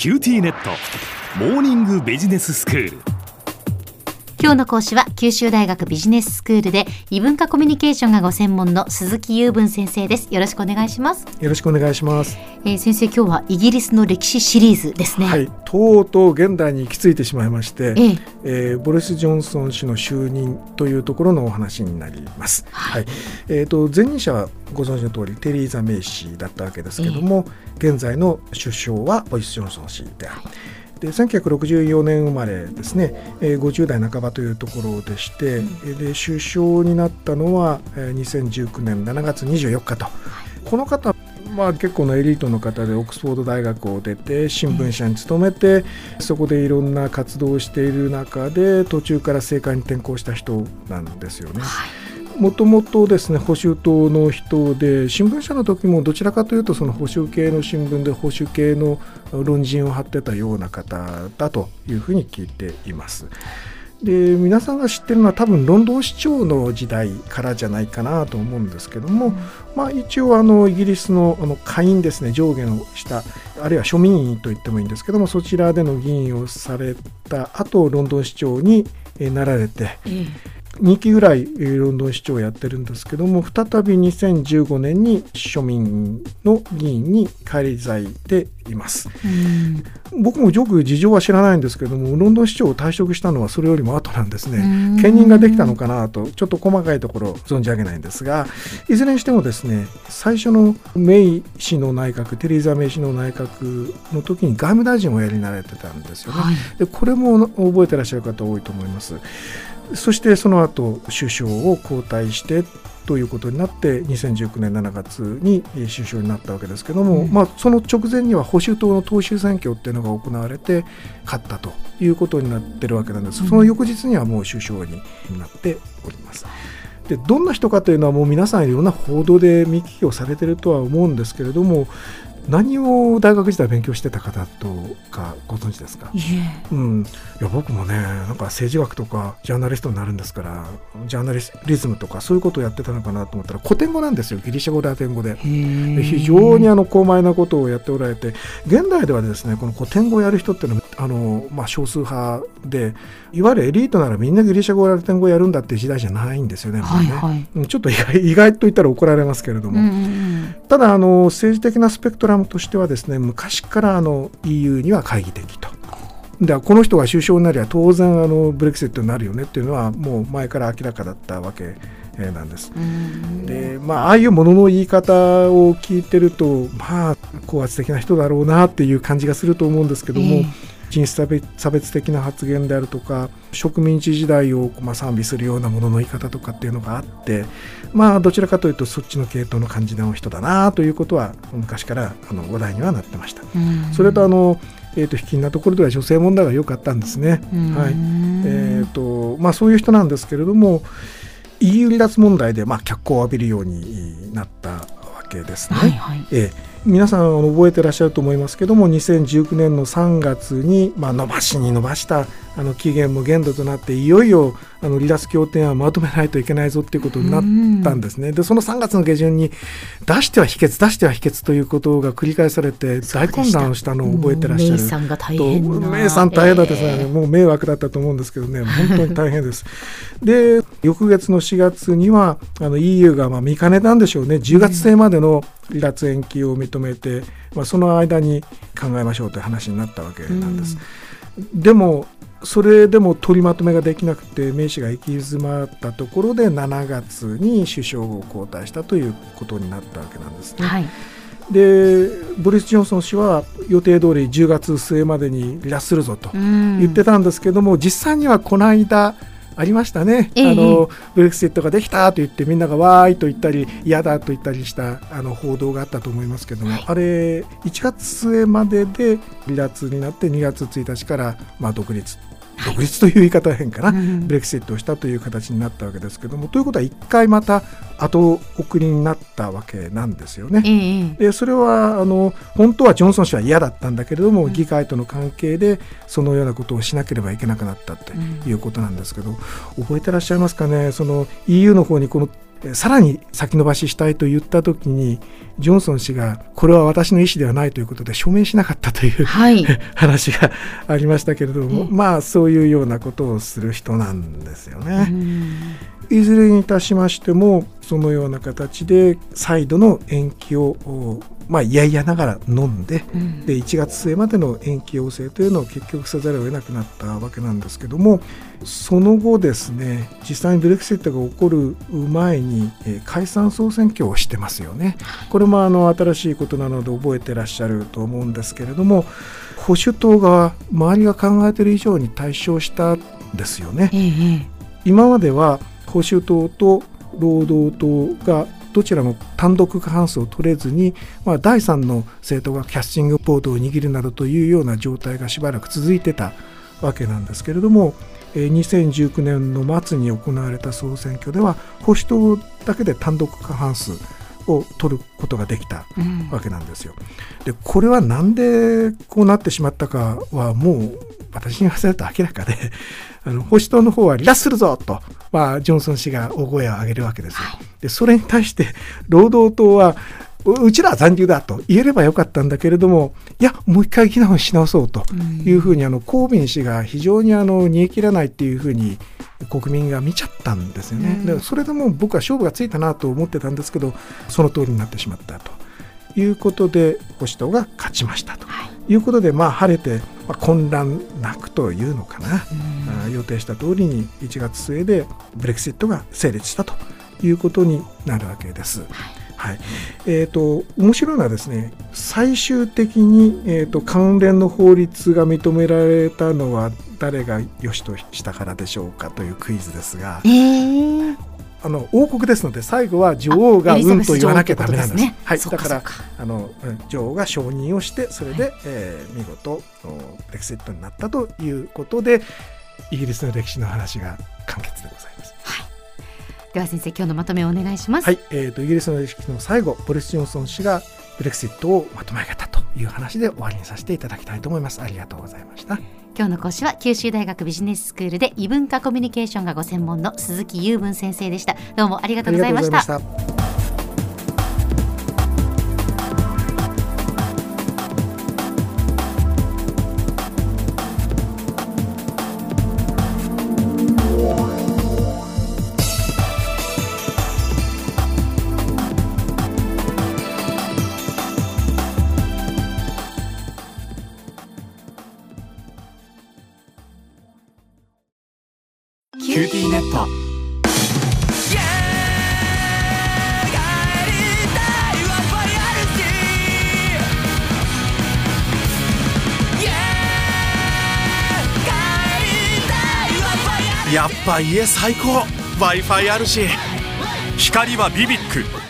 キューティーネットモーニングビジネススクール。 今日の講師は九州大学ビジネススクールで異文化コミュニケーションがご専門の鈴木雄文先生です。よろしくお願いします。 よろしくお願いします。 先生、今日はイギリスの歴史シリーズですね。 はい、とうとう現代に行き着いてしまいまして、ボリス・ジョンソン氏の就任というところのお話になります。はい前任者はご存知の通りテリーザ・メイ氏だったわけですけども、現在の首相はボリス・ジョンソン氏である。で1964年生まれですね、50代半ばというところでして、で首相になったのは2019年7月24日と、この方結構なエリートの方でオックスフォード大学を出て新聞社に勤めて、そこでいろんな活動をしている中で途中から政界に転向した人なんですよね。もともとですね、保守党の人で、新聞社の時もどちらかというとその保守系の新聞で保守系の論陣を張ってたような方だというふうに聞いています。で、皆さんが知ってるのは多分ロンドン市長の時代からじゃないかなと思うんですけども、一応イギリスの下院ですね、上下の下、あるいは庶民院と言ってもいいんですけども、そちらでの議員をされた後ロンドン市長になられて、2期ぐらいロンドン市長をやってるんですけども、再び2015年に庶民の議員に返り咲いています。僕もよく事情は知らないんですけども、ロンドン市長を退職したのはそれよりも後なんですね。兼任ができたのかなと、ちょっと細かいところ存じ上げないんですが、いずれにしてもですね、最初のメイ氏の内閣、テリーザ・メイ氏の内閣の時に外務大臣をおやりになられてたんですよね。でこれも覚えてらっしゃる方多いと思います。そしてその後首相を交代してということになって2019年7月に首相になったわけですけども、その直前には保守党の党首選挙っていうのが行われて勝ったということになってるわけなんです。その翌日にはもう首相になっております。で、どんな人かというのはもう皆さんいろんな報道で見聞きをされているとは思うんですけれども、何を大学時代勉強してた方とかご存知ですか？いや僕もね、なんか政治学とかジャーナリストになるんですから、ジャーナリズムとかそういうことをやってたのかなと思ったら古典語なんですよ。ギリシャ語、ラテン語で非常に高邁なことをやっておられて、現代ではですね、この古典語をやる人っていうのは少数派で、いわゆるエリートならみんなギリシャ語、ラテン語をやるんだっていう時代じゃないんですよね。ちょっと意外と言ったら怒られますけれども、ただ政治的なスペクトラムとしてはですね、昔からEU には懐疑的と。でこの人が首相になりゃ当然ブレクシットになるよねっていうのはもう前から明らかだったわけなんです。で、ああいうものの言い方を聞いてると、高圧的な人だろうなっていう感じがすると思うんですけども、人種差別的な発言であるとか、植民地時代を賛美するようなものの言い方とかっていうのがあって、どちらかというとそっちの系統の感じの人だなということは昔から話題にはなってました。それと卑近なところでは女性問題がよくあったんですね。そういう人なんですけれども、EU 離脱問題で脚光を浴びるようになったわけですね。皆さん覚えてらっしゃると思いますけども、2019年の3月に、伸ばした期限も限度となって、いよいよ離脱協定はまとめないといけないぞということになったんですね。でその3月の下旬に出しては否決ということが繰り返されて大混乱をしたのを覚えてらっしゃる。 メイさんが大変な。 メイさん大変だったですね。もう迷惑だったと思うんですけどね、本当に大変です。で翌月の4月にはEU が見かねたんでしょうね。10月末までの離脱延期を認めて、その間に考えましょうという話になったわけなんです。でもそれでも取りまとめができなくて、メイ氏が行き詰まったところで7月に首相を交代したということになったわけなんですね。でボリス・ジョンソン氏は予定通り10月末までに離脱するぞと言ってたんですけども、実際にはこの間ありましたね。ブレクシットができたと言ってみんながわーいと言ったり嫌だと言ったりした報道があったと思いますけども、あれ1月末までで離脱になって2月1日から独立という言い方は変かな、ブレクシットをしたという形になったわけですけども、ということは一回また後送りになったわけなんですよね。でそれは本当はジョンソン氏は嫌だったんだけれども、議会との関係でそのようなことをしなければいけなくなったということなんですけど、覚えてらっしゃいますかね。その EU の方にこのさらに先延ばししたいと言った時にジョンソン氏がこれは私の意思ではないということで署名しなかったという、はい、話がありましたけれども、まあそういうようなことをする人なんですよね。いずれにいたしましてもそのような形で再度の延期をいやいやながら飲んで、で1月末までの延期要請というのを結局せざるを得なくなったわけなんですけども、その後ですね、実際にブレクシットが起こる前に解散総選挙をしてますよね。これも新しいことなので覚えてらっしゃると思うんですけれども、保守党が周りが考えている以上に大勝したんですよね。今までは保守党と労働党がどちらも単独過半数を取れずに、第三の政党がキャスティングボードを握るなどというような状態がしばらく続いてたわけなんですけれども、2019年の末に行われた総選挙では保守党だけで単独過半数を取ることができたわけなんですよ。でこれはなんでこうなってしまったかはもう私に言わせると明らかで、保守党の方は離脱するぞと、ジョンソン氏が大声を上げるわけですよ。でそれに対して労働党はうちらは残留だと言えればよかったんだけれども、いやもう一回議論し直そうというふうにコービン氏が非常に煮え切らないっていうふうに国民が見ちゃったんですよね。でそれでも僕は勝負がついたなと思ってたんですけど、その通りになってしまったということで保守党が勝ちましたということで、晴れて混乱なくというのかな、予定した通りに1月末でブレクシットが成立したということになるわけです。面白いのはですね、最終的に、関連の法律が認められたのは誰が良しとしたからでしょうかというクイズですが、王国ですので最後は女王がうんと言わなきゃダメなんです。だから女王が承認をしてそれで、見事ブレクシットになったということで、イギリスの歴史の話が完結でございます。 では先生、今日のまとめをお願いします。 イギリスの歴史の最後、ボリス・ジョンソン氏がブレクシットをまとめ上げたという話で終わりにさせていただきたいと思います。ありがとうございました。 今日の講師は九州大学ビジネススクールで異文化コミュニケーションがご専門の鈴木雄文先生でした。どうもありがとうございました。 キューティーネット。やっぱ家最高。 Wi-Fi あるし。光はビビック